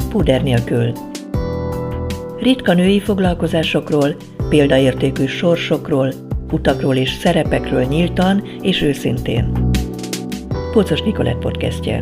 púder nélkül. Ritka női foglalkozásokról, példaértékű sorsokról, utakról és szerepekről nyíltan és őszintén. Pocos Nikolett podcastje.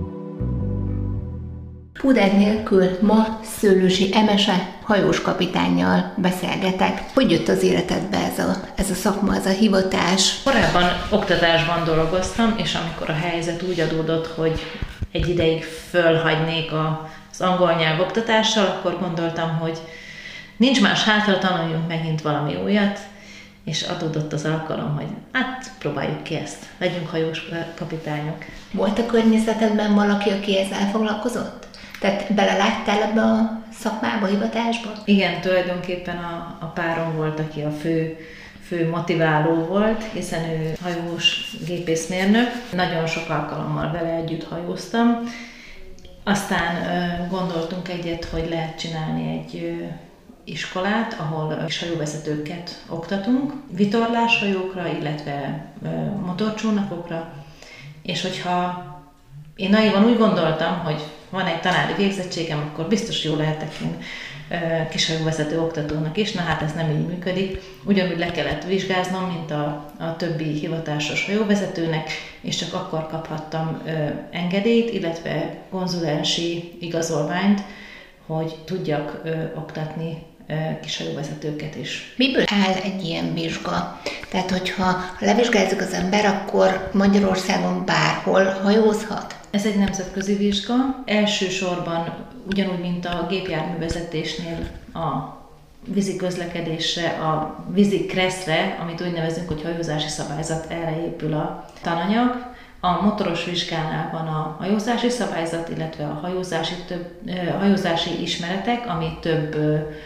Púder nélkül ma Szőlősi Emese hajós kapitánnyal beszélgetek. Hogy jött az életedbe ez a szakma, ez a hivatás? Korábban oktatásban dolgoztam, és amikor a helyzet úgy adódott, hogy egy ideig fölhagynék az angol nyelv oktatással, akkor gondoltam, hogy nincs más hátra, tanuljunk megint valami újat, és adódott az alkalom, hogy próbáljuk ki ezt, legyünk hajós kapitányok. Volt a környezetedben valaki, aki ezzel foglalkozott? Tehát beleláttál ebbe a szakmába, hivatásba? Igen, tulajdonképpen a párom volt, aki a fő motiváló volt, hiszen ő hajós gépészmérnök. Nagyon sok alkalommal vele együtt hajóztam. Aztán gondoltunk egyet, hogy lehet csinálni egy iskolát, ahol kis hajóvezetőket oktatunk, vitorláshajókra, illetve motorcsónakokra, és hogyha én naivan úgy gondoltam, hogy van egy tanári végzettségem, akkor biztos jó lehetek én kishajóvezető oktatónak is, ez nem így működik. Ugyanúgy le kellett vizsgáznom, mint a többi hivatásos hajóvezetőnek, és csak akkor kaphattam engedélyt, illetve konzulensi igazolványt, hogy tudjak oktatni kishajóvezetőket is. Miből áll egy ilyen vizsga? Tehát, hogyha levizsgázzuk az ember, akkor Magyarországon bárhol hajózhat? Ez egy nemzetközi vizsga. Elsősorban ugyanúgy, mint a gépjárművezetésnél a vízi közlekedésre, a vízi kresszre, amit úgy nevezünk, hogy hajózási szabályzat, erre épül a tananyag. A motoros vizsgánál van a hajózási szabályzat, illetve a hajózási ismeretek, ami több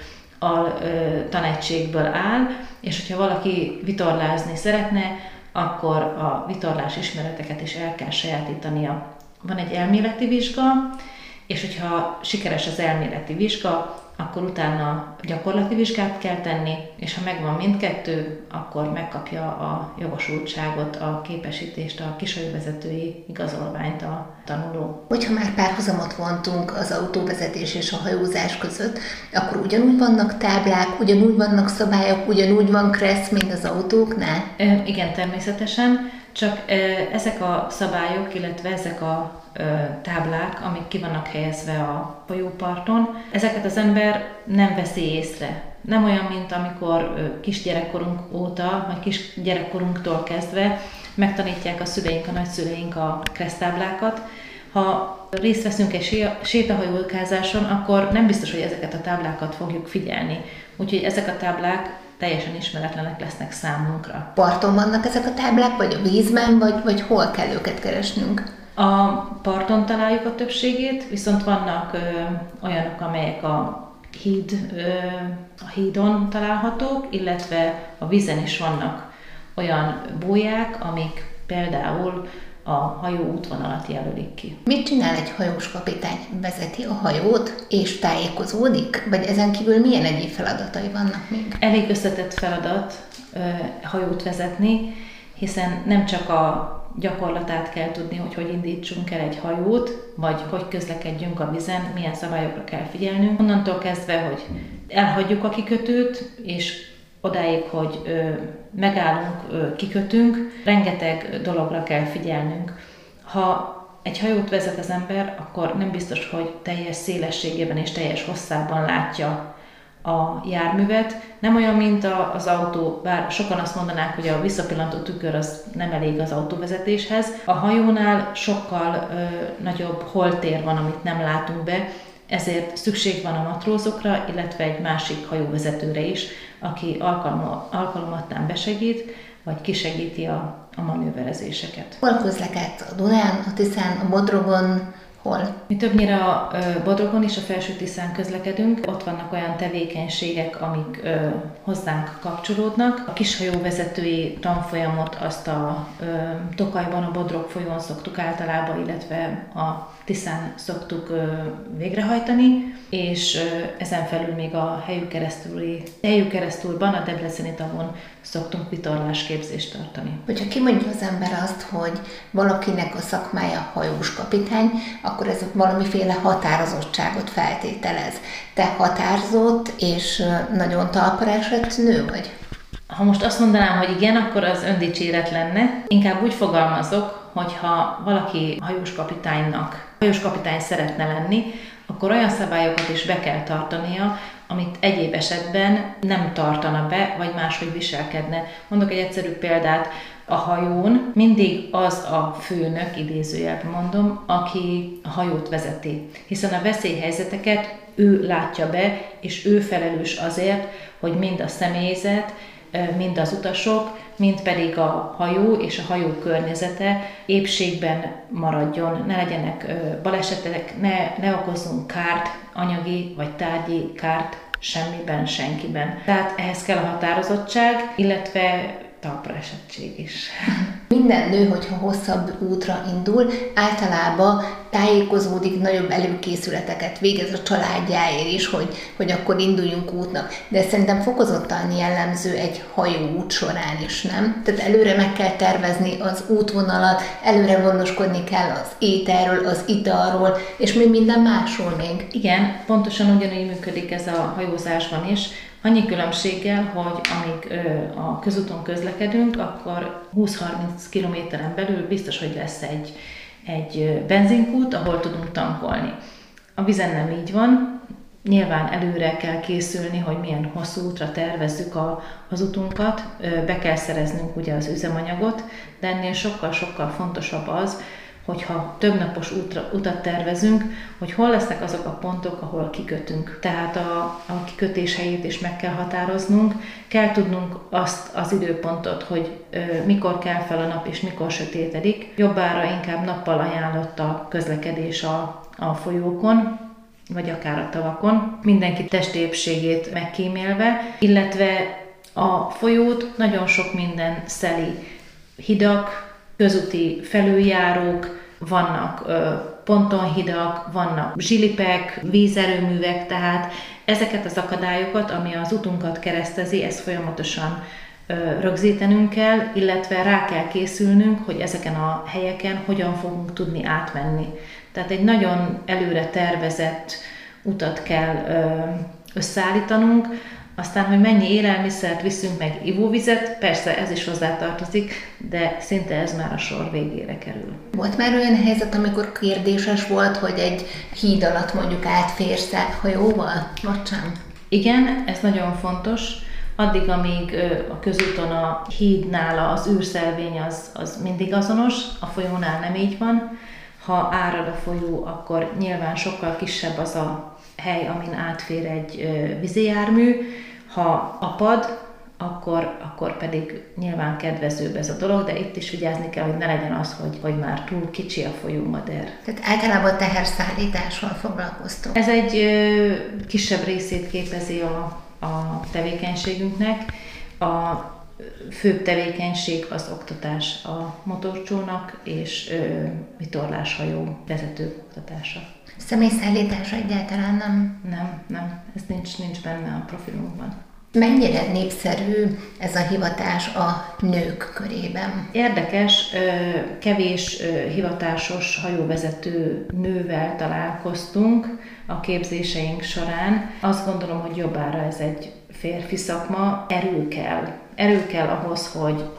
tanegységből áll, és hogyha valaki vitorlázni szeretne, akkor a vitorlás ismereteket is el kell sajátítania. Van egy elméleti vizsga, és hogyha sikeres az elméleti vizsga, akkor utána gyakorlati vizsgát kell tenni, és ha megvan mindkettő, akkor megkapja a jogosultságot, a képesítést, a kishajóvezetői igazolványt a tanuló. Hogyha már párhuzamot vontunk az autóvezetés és a hajózás között, akkor ugyanúgy vannak táblák, ugyanúgy vannak szabályok, ugyanúgy van kressz, mint az autóknál? Igen, természetesen, csak ezek a szabályok, illetve ezek a táblák, amik ki vannak helyezve a hajóparton, ezeket az ember nem veszi észre. Nem olyan, mint amikor kisgyerekkorunk óta, vagy kisgyerekkorunktól kezdve megtanítják a szüleink, a nagyszüleink a kressztáblákat. Ha részt veszünk egy sétahajókázáson, akkor nem biztos, hogy ezeket a táblákat fogjuk figyelni. Úgyhogy ezek a táblák teljesen ismeretlenek lesznek számunkra. Parton vannak ezek a táblák, vagy a vízben, vagy hol kell őket keresnünk? A parton találjuk a többségét, viszont vannak olyanok, amelyek a hídon találhatók, illetve a vízen is vannak olyan bóják, amik például a hajó útvonalat jelölik ki. Mit csinál egy hajós kapitány? Vezeti a hajót és tájékozódik? Vagy ezen kívül milyen egyéb feladatai vannak még? Elég összetett feladat hajót vezetni, hiszen nem csak a gyakorlatát kell tudni, hogy indítsunk el egy hajót, vagy hogy közlekedjünk a vízen, milyen szabályokra kell figyelnünk. Onnantól kezdve, hogy elhagyjuk a kikötőt, és odáig, hogy megállunk, kikötünk, rengeteg dologra kell figyelnünk. Ha egy hajót vezet az ember, akkor nem biztos, hogy teljes szélességében és teljes hosszában látja a járművet. Nem olyan, mint az autó, bár sokan azt mondanák, hogy a visszapillantó tükör az nem elég az autóvezetéshez. A hajónál sokkal nagyobb holtér van, amit nem látunk be, ezért szükség van a matrózokra, illetve egy másik hajóvezetőre is, aki alkalomattán besegít, vagy kisegíti a manőverezéseket. Hol közlekedsz? A Dunán, a Tiszán, a Bodrogon? Hol? Mi többnyire a Bodrogon és a Felső-Tiszán közlekedünk. Ott vannak olyan tevékenységek, amik hozzánk kapcsolódnak. A kishajóvezetői tanfolyamot azt a Tokajban, a Bodrog folyón szoktuk általában, illetve a Tiszán szoktuk végrehajtani, és ezen felül még a helyük keresztülben, a Debreceni tavon szoktunk vitorlásképzést tartani. Hogyha kimondja az ember azt, hogy valakinek a szakmája hajós kapitány, akkor akkor ez valamiféle határozottságot feltételez. Te határozott és nagyon talpra esett nő vagy? Ha most azt mondanám, hogy igen, akkor az öndicséret lenne. Inkább úgy fogalmazok, hogyha valaki hajóskapitány szeretne lenni, akkor olyan szabályokat is be kell tartania, amit egyéb esetben nem tartana be, vagy máshogy viselkedne. Mondok egy egyszerű példát. A hajón mindig az a főnök, idézőjelben mondom, aki a hajót vezeti. Hiszen a veszélyhelyzeteket ő látja be, és ő felelős azért, hogy mind a személyzet, mind az utasok, mind pedig a hajó és a hajó környezete épségben maradjon, ne legyenek balesetek, ne okozzunk kárt, anyagi vagy tárgyi kárt semmiben, senkiben. Tehát ehhez kell a határozottság, illetve talpra esettség is. Minden nő, hogyha hosszabb útra indul, általában tájékozódik, nagyobb előkészületeket végez a családjáért is, hogy akkor induljunk útnak. De szerintem fokozottan jellemző egy hajóút során is, nem? Tehát előre meg kell tervezni az útvonalat, előre gondoskodni kell az ételről, az italról, és még minden másról még. Igen, pontosan ugyanígy működik ez a hajózásban is. Annyi különbséggel, hogy amíg a közúton közlekedünk, akkor 20-30 kilométeren belül biztos, hogy lesz egy benzinkút, ahol tudunk tankolni. A vízen nem így van. Nyilván előre kell készülni, hogy milyen hosszú útra tervezzük az utunkat, be kell szereznünk ugye az üzemanyagot, de ennél sokkal-sokkal fontosabb az, hogyha többnapos utat tervezünk, hogy hol lesznek azok a pontok, ahol kikötünk. Tehát a kikötés helyét is meg kell határoznunk, kell tudnunk azt az időpontot, hogy mikor kell fel a nap és mikor sötétedik. Jobbára inkább nappal ajánlott a közlekedés a folyókon, vagy akár a tavakon, mindenki testi épségét megkímélve, illetve a folyót nagyon sok minden szeli. Hidak, közúti felüljárók, vannak pontonhidak, vannak zsilipek, vízerőművek, tehát ezeket az akadályokat, ami az utunkat keresztezi, ezt folyamatosan rögzítenünk kell, illetve rá kell készülnünk, hogy ezeken a helyeken hogyan fogunk tudni átmenni. Tehát egy nagyon előre tervezett utat kell összeállítanunk, aztán, hogy mennyi élelmiszert viszünk meg, ivóvizet, persze ez is hozzátartozik, de szinte ez már a sor végére kerül. Volt már olyan helyzet, amikor kérdéses volt, hogy egy híd alatt mondjuk átférsz-e hajóval, vagy sem? Igen, ez nagyon fontos. Addig, amíg a közúton a hídnál az űrszelvény az mindig azonos, a folyónál nem így van. Ha árad a folyó, akkor nyilván sokkal kisebb az a hely, amin átfér egy vízijármű. Ha apad, akkor pedig nyilván kedvezőbb ez a dolog, de itt is vigyázni kell, hogy ne legyen az, hogy már túl kicsi a folyómader. Tehát általában teherszállítással foglalkoztunk. Ez egy kisebb részét képezi a tevékenységünknek. A főbb tevékenység az oktatás a motorcsónak és vitorláshajó vezetők oktatása. Személyszállítás egyáltalán nem? Nem. Ez nincs benne a profilunkban. Mennyire népszerű ez a hivatás a nők körében? Érdekes, kevés hivatásos hajóvezető nővel találkoztunk a képzéseink során. Azt gondolom, hogy jobbára ez egy férfi szakma, erő kell ahhoz,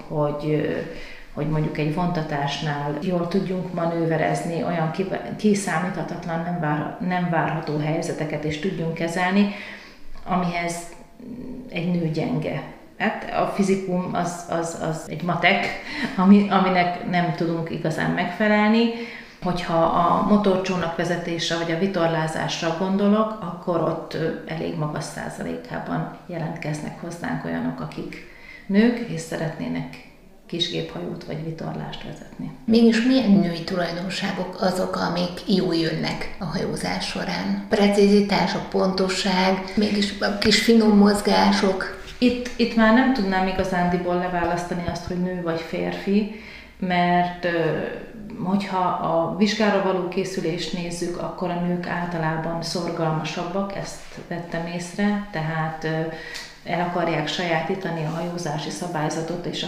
hogy mondjuk egy vontatásnál jól tudjunk manőverezni, olyan kiszámíthatatlan, nem várható helyzeteket is tudjunk kezelni, amihez egy nő gyenge. Hát a fizikum az egy matek, aminek nem tudunk igazán megfelelni. Hogyha a motorcsónak vezetésre vagy a vitorlázásra gondolok, akkor ott elég magas százalékában jelentkeznek hozzánk olyanok, akik nők, és szeretnének kisgéphajót vagy vitorlást vezetni. Mégis milyen női tulajdonságok azok, amik jól jönnek a hajózás során? Precizitás, a pontosság, mégis a kis finom mozgások. Itt már nem tudnám igazándiból leválasztani azt, hogy nő vagy férfi, mert hogyha a vizsgára való készülést nézzük, akkor a nők általában szorgalmasabbak, ezt vettem észre, tehát el akarják sajátítani a hajózási szabályzatot és a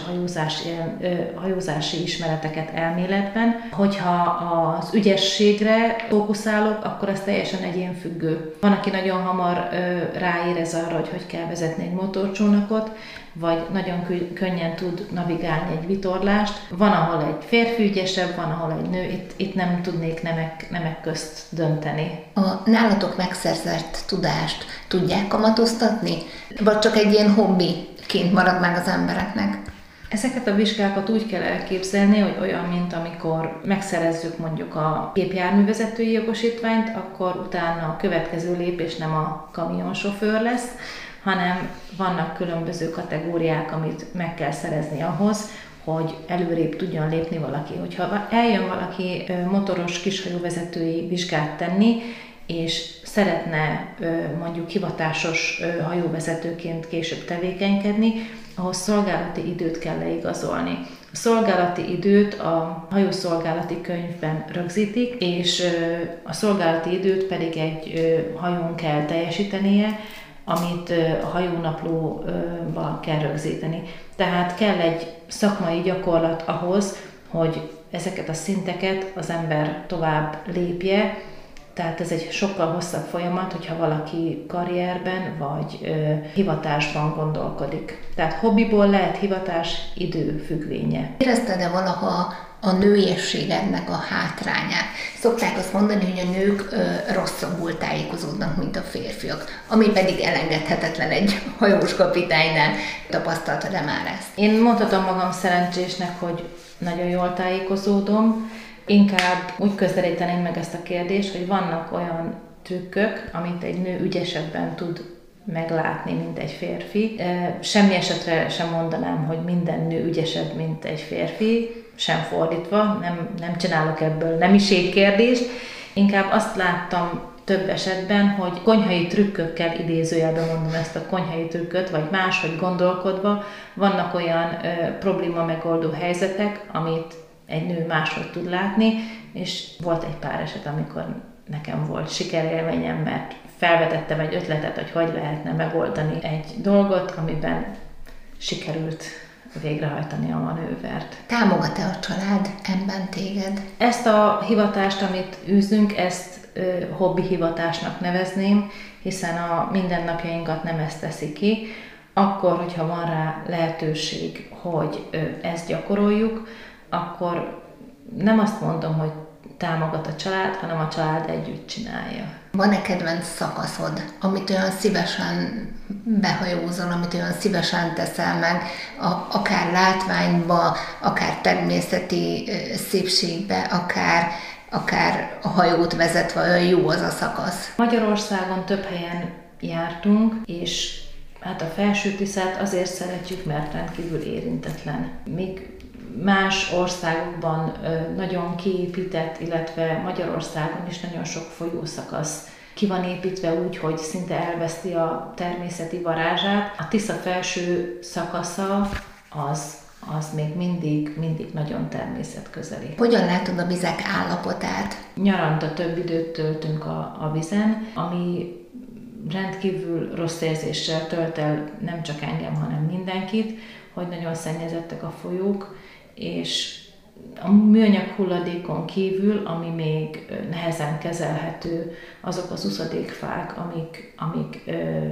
hajózási ismereteket elméletben. Hogyha az ügyességre fókuszálok, akkor ez teljesen egyénfüggő. Van, aki nagyon hamar ráérez arra, hogy kell vezetni egy motorcsónakot, vagy nagyon könnyen tud navigálni egy vitorlást. Van, ahol egy férfi ügyesebb, van, ahol egy nő. Itt nem tudnék nemek közt dönteni. A nálatok megszerzett tudást tudják kamatoztatni? Vagy csak egy ilyen hobbiként marad meg az embereknek? Ezeket a vizsgákat úgy kell elképzelni, hogy olyan, mint amikor megszerezzük mondjuk a gépjárművezetői jogosítványt, akkor utána a következő lépés nem a kamionsofőr lesz, hanem vannak különböző kategóriák, amit meg kell szerezni ahhoz, hogy előrébb tudjon lépni valaki. Hogyha eljön valaki motoros kishajóvezetői vizsgát tenni, és szeretne mondjuk hivatásos hajóvezetőként később tevékenykedni, ahhoz szolgálati időt kell leigazolni. A szolgálati időt a hajószolgálati könyvben rögzítik, és a szolgálati időt pedig egy hajón kell teljesítenie, amit a hajónaplóba kell rögzíteni. Tehát kell egy szakmai gyakorlat ahhoz, hogy ezeket a szinteket az ember tovább lépje. Tehát ez egy sokkal hosszabb folyamat, hogyha valaki karrierben vagy hivatásban gondolkodik. Tehát hobbiból lehet hivatás, idő függvénye. Érezted-e valaha a nőiességednek a hátrányát? Szokták azt mondani, hogy a nők rosszabbul tájékozódnak, mint a férfiak, ami pedig elengedhetetlen egy hajós kapitánynál. Tapasztaltad-e már ezt? Én mondhatom magam szerencsésnek, hogy nagyon jól tájékozódom. Inkább úgy közelíteném meg ezt a kérdést, hogy vannak olyan trükkök, amit egy nő ügyesebben tud meglátni, mint egy férfi. Semmi esetre sem mondanám, hogy minden nő ügyesebb, mint egy férfi, sem fordítva, nem csinálok ebből nemiségkérdést. Inkább azt láttam több esetben, hogy konyhai trükkökkel, idézőjelben mondom ezt a konyhai trükköt, vagy máshogy gondolkodva, vannak olyan probléma megoldó helyzetek, amit egy nő máshogy tud látni, és volt egy pár eset, amikor nekem volt sikerélményem, mert felvetettem egy ötletet, hogy lehetne megoldani egy dolgot, amiben sikerült végrehajtani a manővert. Támogat-e a család ebben téged? Ezt a hivatást, amit űzünk, ezt hobbi hivatásnak nevezném, hiszen a mindennapjainkat nem ezt teszi ki. Akkor, hogyha van rá lehetőség, hogy ezt gyakoroljuk, akkor nem azt mondom, hogy támogat a család, hanem a család együtt csinálja. Van-e kedvenc szakaszod, amit olyan szívesen behajózol, amit olyan szívesen teszel meg, akár látványba, akár természeti szépségbe, akár a hajót vezetve, olyan jó az a szakasz? Magyarországon több helyen jártunk, és hát a Felső-Tiszát azért szeretjük, mert rendkívül érintetlen. Míg más országokban nagyon kiépített, illetve Magyarországon is nagyon sok folyószakasz ki van építve úgy, hogy szinte elveszti a természeti varázsát. A Tisza felső szakasza az még mindig nagyon természetközeli. Hogyan látod a vizek állapotát? Nyaranta több időt töltünk a vizen, ami rendkívül rossz érzéssel tölt el nem csak engem, hanem mindenkit, hogy nagyon szennyezettek a folyók, és a műanyag hulladékon kívül, ami még nehezen kezelhető, azok az uszadékfák, amik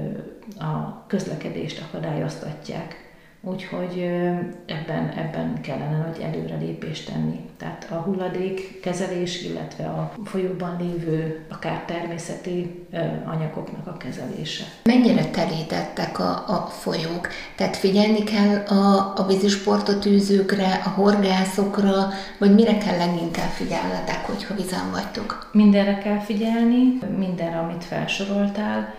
a közlekedést akadályoztatják. Úgyhogy ebben kellene nagy előrelépést tenni. Tehát a hulladékkezelés, illetve a folyóban lévő akár természeti anyagoknak a kezelése. Mennyire telítettek a folyók? Tehát figyelni kell a vízisportot űzőkre, a horgászokra, vagy mire kell leginkább figyelnetek, hogyha vizen vagytok? Mindenre kell figyelni, mindenre, amit felsoroltál.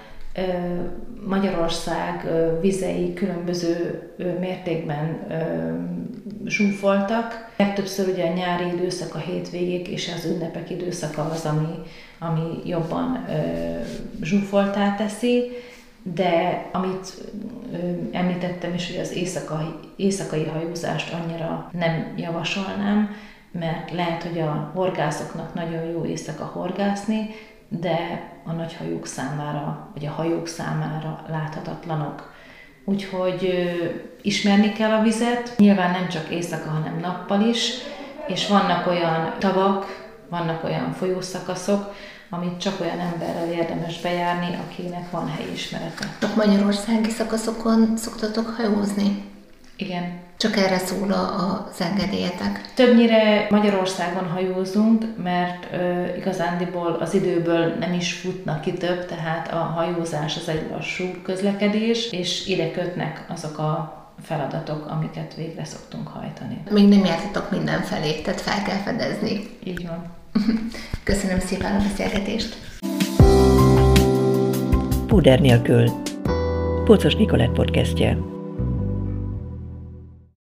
Magyarország vizei különböző mértékben zsúfoltak. Legtöbbször ugye a nyári időszak, a hétvégék és az ünnepek időszaka az, ami jobban zsúfoltá teszi, de amit említettem is, hogy az éjszakai hajózást annyira nem javasolnám, mert lehet, hogy a horgászoknak nagyon jó éjszaka horgászni, de a nagyhajók számára, vagy a hajók számára láthatatlanok. úgyhogy ismerni kell a vizet, nyilván nem csak éjszaka, hanem nappal is, és vannak olyan tavak, vannak olyan folyószakaszok, amit csak olyan emberrel érdemes bejárni, akinek van helyismerete. Csak magyarországi szakaszokon szoktatok hajózni? Igen. Csak erre szól az engedélyetek? Többnyire Magyarországon hajózunk, mert igazándiból az időből nem is futnak ki több, tehát a hajózás az egy lassú közlekedés, és ide kötnek azok a feladatok, amiket végre szoktunk hajtani. Még nem jártatok mindenfelé, tehát fel kell fedezni. Így van. Köszönöm szépen a beszélgetést! Púder nélkül. Pocos Nikolett podcastje.